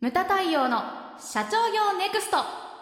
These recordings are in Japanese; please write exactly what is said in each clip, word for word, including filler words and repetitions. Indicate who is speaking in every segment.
Speaker 1: ムタ太陽の社長業ネクスト。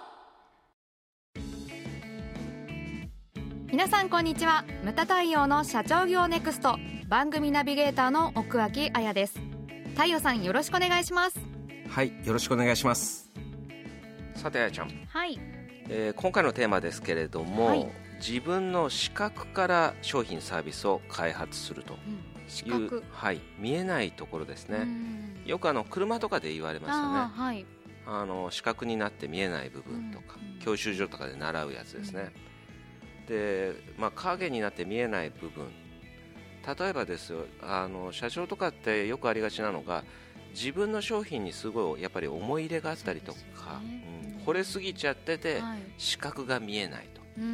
Speaker 1: 皆さんこんにちは。ムタ太陽の社長業ネクスト番組ナビゲーターの奥脇彩です。太陽さん、よろしくお願いします。
Speaker 2: はい、よろしくお願いします。さて、あやちゃん、
Speaker 1: はい、
Speaker 2: えー、今回のテーマですけれども、はい、自分の視覚から商品サービスを開発するという、うん、視覚、はい、見えないところですね。よくあの車とかで言われますよね。あ、はい、あの視覚になって見えない部分とか、うん、教習所とかで習うやつですね、うん、で、まあ、影になって見えない部分、例えばですよ、あの社長とかってよくありがちなのが、自分の商品にすごいやっぱり思い入れがあったりとか、ね、うん、惚れすぎちゃってて、はい、視覚が見えないと、うん、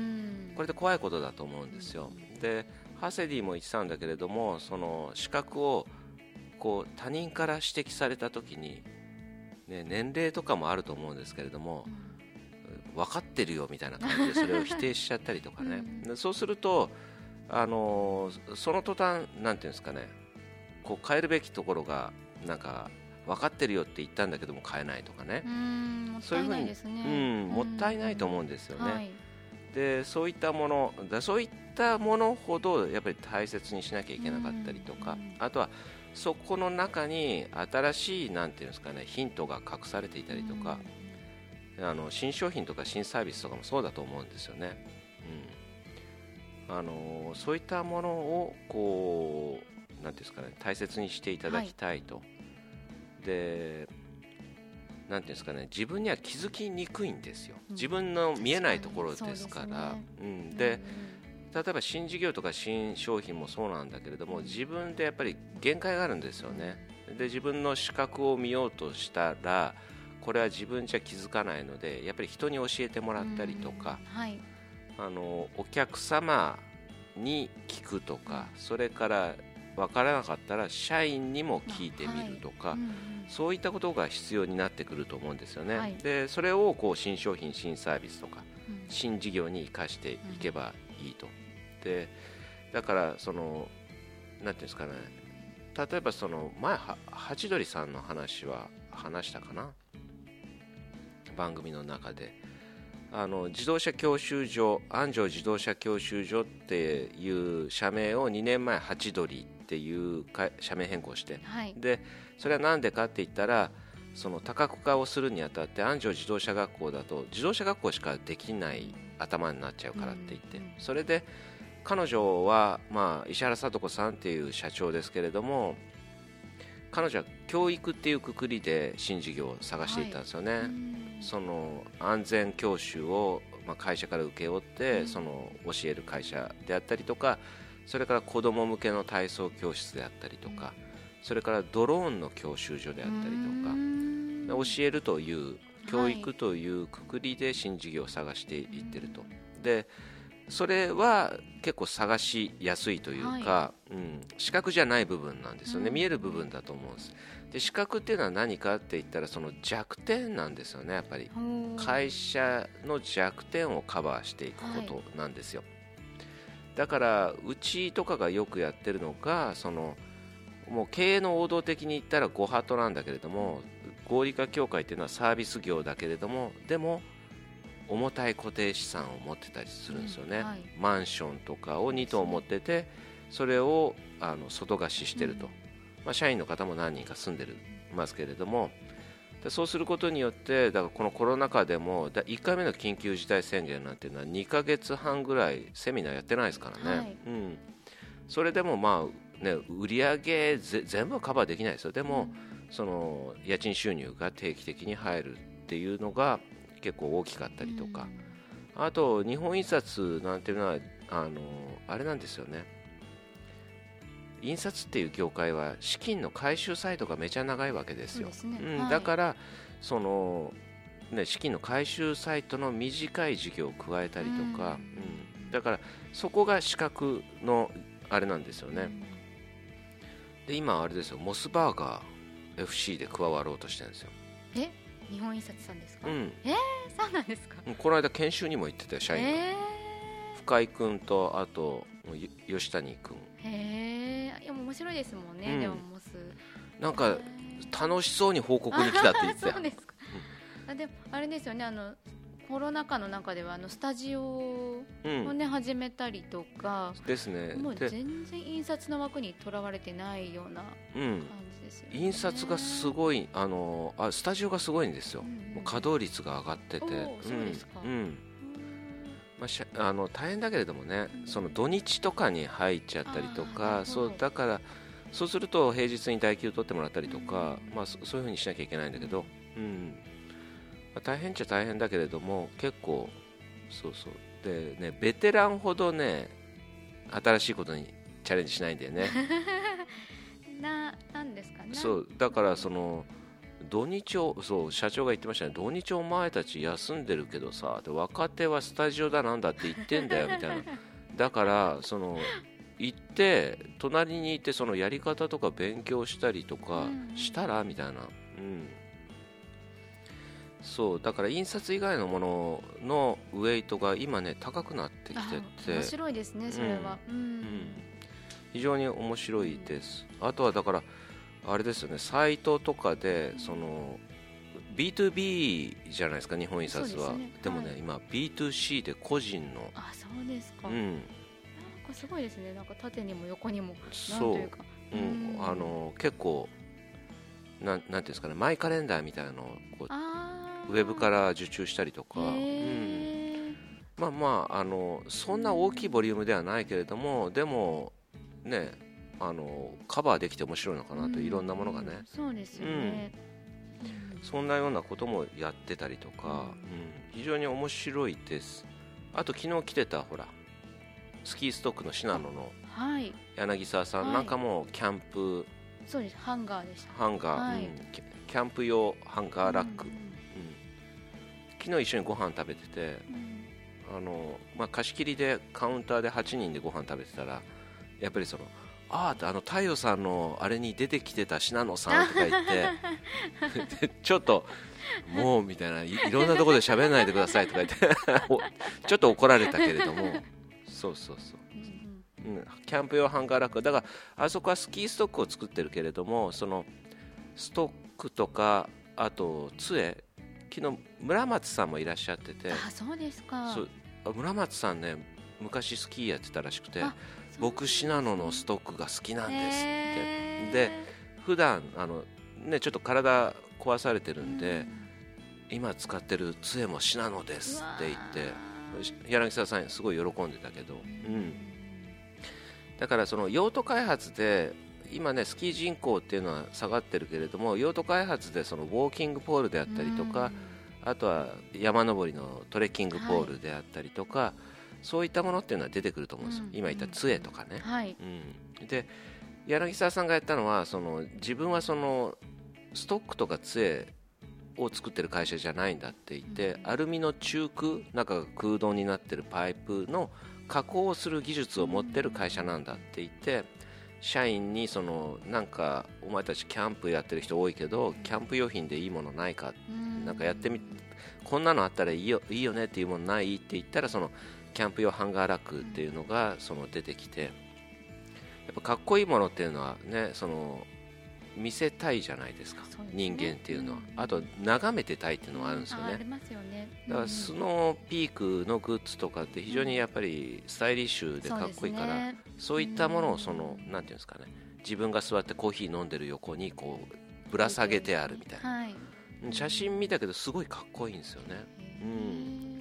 Speaker 2: これで怖いことだと思うんですよ。で、ハセディも言ってたんだけれども、その視覚をこう他人から指摘された時に、ね、年齢とかもあると思うんですけれども、うん、分かってるよみたいな感じでそれを否定しちゃったりとかね、うん、でそうすると、あのー、その途端なんていうんですかね、こう変えるべきところがなんか分かってるよって言ったんだけども変えないとかね、うーん、もったいないですね。そういうふうに、うん、もったいないと思うんですよね、はい、でそういったものだそういったものほどやっぱり大切にしなきゃいけなかったりとか、あとはそこの中に新しいなんていうんですかね、ヒントが隠されていたりとか、あの新商品とか新サービスとかもそうだと思うんですよね、うん、あのそういったものをこうなんていうんですかね、大切にしていただきたいと、はい、でなんていうんですかね、自分には気づきにくいんですよ、うん、自分の見えないところですから、うん、で、例えば新事業とか新商品もそうなんだけれども、自分でやっぱり限界があるんですよね。で自分の視覚を見ようとしたら、これは自分じゃ気づかないので、やっぱり人に教えてもらったりとか、はい、あのお客様に聞くとか、それから分からなかったら社員にも聞いてみるとか、はい、うん、そういったことが必要になってくると思うんですよね、はい、でそれをこう新商品新サービスとか、うん、新事業に生かしていけばいいと。でだからそのなんていうんですかね、例えばその前はハチドリさんの話は話したかな、番組の中で、あの自動車教習所、安城自動車教習所っていう社名をにねんまえハチドリっていう社名変更して、はい、でそれは何でかって言ったら、その多角化をするにあたって安城自動車学校だと自動車学校しかできない頭になっちゃうからって言って、うんうん、それで彼女は、まあ、石原さと子さんっていう社長ですけれども、彼女は教育っていうくくりで新事業を探していったんですよね、はい、その安全教習を、まあ、会社から請け負って、うん、その教える会社であったりとか、それから子ども向けの体操教室であったりとか、うん、それからドローンの教習所であったりとか、教えるという教育というくくりで新事業を探していってると、はい、でそれは結構探しやすいというか、はい、うん、視覚じゃない部分なんですよね、うん、見える部分だと思うんです。で視覚っていうのは何かって言ったら、その弱点なんですよね。やっぱり会社の弱点をカバーしていくことなんですよ、はい、だからうちとかがよくやってるのが、そのもう経営の王道的に言ったらゴハトなんだけれども、合理化協会っていうのはサービス業だけれども、でも重たい固定資産を持ってたりするんですよね、うん、はい、マンションとかをに棟持ってて、それをあの外貸ししてると、うん、まあ、社員の方も何人か住んでるますけれども、でそうすることによって、だからこのコロナ禍でもいっかいめの緊急事態宣言なんていうのはにかげつはんぐらいセミナーやってないですからね、はい、うん、それでもまあ、ね、売り上げぜ全部はカバーできないですよ。でも、うん、その家賃収入が定期的に入るっていうのが結構大きかったりとか、うん、あと日本印刷なんていうのはあのあれなんですよね、印刷っていう業界は資金の回収サイトがめちゃ長いわけですよ。そうですね、うん、はい、だからその、ね、資金の回収サイトの短い事業を加えたりとか、うんうん、だからそこが資格のあれなんですよね、うん、で今あれですよ、モスバーガー エフシー で加わろうとしてるんですよ。
Speaker 1: え日本印刷さんですか、うん、えー、そうなんですか。
Speaker 2: この間研修にも行ってたよ、社員が、えー、深井君とあと吉谷君。
Speaker 1: へえ、いや面白いですもんね、うん、でもモス
Speaker 2: なんか楽しそうに報告に来たって言ってたよ。
Speaker 1: そうですか、うん、あでもあれですよね、あのコロナ禍の中ではあのスタジオを、ね、うん、始めたりとか
Speaker 2: ですね。
Speaker 1: もう全然印刷の枠にとらわれてないような感じですよね、
Speaker 2: うん、印刷がすごい、あのあスタジオがすごいんですよ、うんうん、もう稼働率が上がってて、
Speaker 1: そうですか、
Speaker 2: うんうん、まあ、しあの大変だけれどもね、うん、その土日とかに入っちゃったりとか、そうだからそうすると平日に代休取ってもらったりとか、うん、まあ、そ, そういうふうにしなきゃいけないんだけど、うんまあ、大変っちゃ大変だけれども結構そうそうでね、ベテランほどね新しいことにチャレンジしないんだよね
Speaker 1: な, なんですかね。
Speaker 2: そうだからその土日をそう社長が言ってましたね、土日お前たち休んでるけどさ、で若手はスタジオだなんだって言ってんだよみたいなだからその行って隣にいてそのやり方とか勉強したりとかしたらみたいな、うん、そうだから印刷以外のもののウェイトが今ね高くなってきてて
Speaker 1: 面白いですねそれは、うんうん、
Speaker 2: 非常に面白いです。あとはだからあれですよね、サイトとかでその ビーツービー じゃないですか日本印刷は。 で,、ね、でもね、はい、今 ビーツーシー で個人の、
Speaker 1: あそうですか、
Speaker 2: うん、
Speaker 1: なんかすごいですね、なんか縦にも横にも
Speaker 2: そう、なんというか、うん、あの結構なん、なんていうんですかね、マイカレンダーみたいなのをこうウェブから受注したりとか、うん、まあまあ、あのそんな大きいボリュームではないけれども、でもねあのカバーできて面白いのかなと、いろんなものがね、
Speaker 1: そうですよね、
Speaker 2: うん、そんなようなこともやってたりとか、うん、非常に面白いです。あと昨日来てたほらスキーストックの信濃の柳沢さん、はい、なんかもキャンプ、
Speaker 1: そうです、ハンガーでした、
Speaker 2: ハンガー、はい、うん、キャンプ用ハンガーラック、うんうん、昨日一緒にご飯食べてて、うん、あのまあ、貸し切りでカウンターではちにんでご飯食べてたらやっぱりそのああ、あの太陽さんのあれに出てきてた信濃さんとか言ってちょっともうみたいな い, いろんなところで喋らないでくださいとか言ってちょっと怒られたけれどもそうそうそう、うん、キャンプ用ハンガーラックだからあそこはスキーストックを作ってるけれども、そのストックとかあと杖、昨日村松さんもいらっしゃってて、
Speaker 1: あそうですか、
Speaker 2: そう村松さんね昔スキーやってたらしくて、僕信濃のストックが好きなんですってで普段あのねちょっと体壊されてるんで、うん、今使ってる杖も信濃ですって言って柳沢さんすごい喜んでたけど、うん、だからその用途開発で今ねスキー人口っていうのは下がってるけれども、用途開発でそのウォーキングポールであったりとか、うん、あとは山登りのトレッキングポールであったりとか、はい、そういったものっていうのは出てくると思うんですよ、うん、今言った杖とかね、
Speaker 1: はい
Speaker 2: うん、で柳沢さんがやったのはその自分はそのストックとか杖を作ってる会社じゃないんだって言って、うん、アルミの中空中が空洞になってるパイプの加工をする技術を持ってる会社なんだって言って、社員にそのなんかお前たちキャンプやってる人多いけどキャンプ用品でいいものないか、うん、なんかやってみこんなのあったらいいよ、いいよねっていうものないって言ったら、そのキャンプ用ハンガーラックっていうのがその出てきて、やっぱかっこいいものっていうのはねその見せたいじゃないですか、すね、人間っていうのは、あと眺めてたいっていうのがあるんですよね、
Speaker 1: うん、ありますよね、
Speaker 2: だからスノーピークのグッズとかって非常にやっぱりスタイリッシュでかっこいいから、 そうですね、そういったものをそのなんていうんですかね、自分が座ってコーヒー飲んでる横にこうぶら下げてあるみたいな、はい、写真見たけどすごいかっこいいんですよね、うん、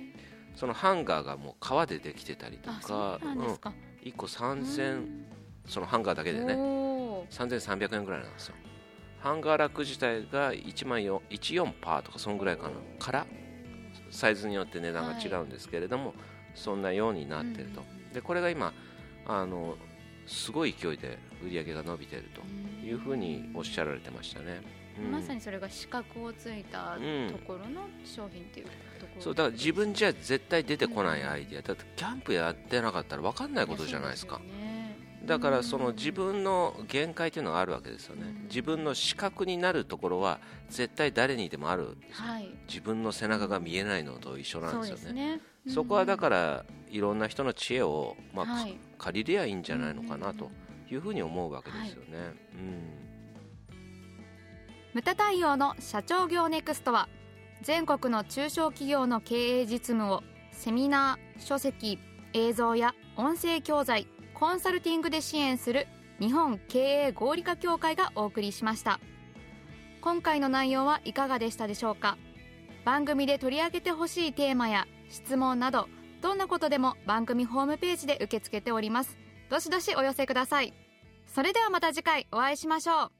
Speaker 2: そのハンガーがもう革でできてたりとか、うん、いっこさんぜん、そのハンガーだけでねさんぜんさんびゃくえんぐらいなんですよ。ハンガーラック自体がいちまんよんじゅうよんパーとかそんぐらいかな、からサイズによって値段が違うんですけれども、はい、そんなようになっていると、うん、でこれが今あのすごい勢いで売り上げが伸びているというふうにおっしゃられてましたね、
Speaker 1: うん、まさにそれが資格をついたところの商品っていうところ、
Speaker 2: そうだから自分じゃ絶対出てこないアイディア、だってキャンプやってなかったら分かんないことじゃないですか。だからその自分の限界というのがあるわけですよね。自分の視覚になるところは絶対誰にでもある、はい、自分の背中が見えないのと一緒なんですよね。 そうですね、うん、そこはだからいろんな人の知恵を、まあはい、借りりゃいいんじゃないのかなというふうに思うわけですよね、はい、うん
Speaker 1: ムタ太陽の社長業ネクストは、全国の中小企業の経営実務をセミナー、書籍、映像や音声教材、コンサルティングで支援する日本経営合理化協会がお送りしました。今回の内容はいかがでしたでしょうか。番組で取り上げてほしいテーマや質問など、どんなことでも番組ホームページで受け付けております。どしどしお寄せください。それではまた次回お会いしましょう。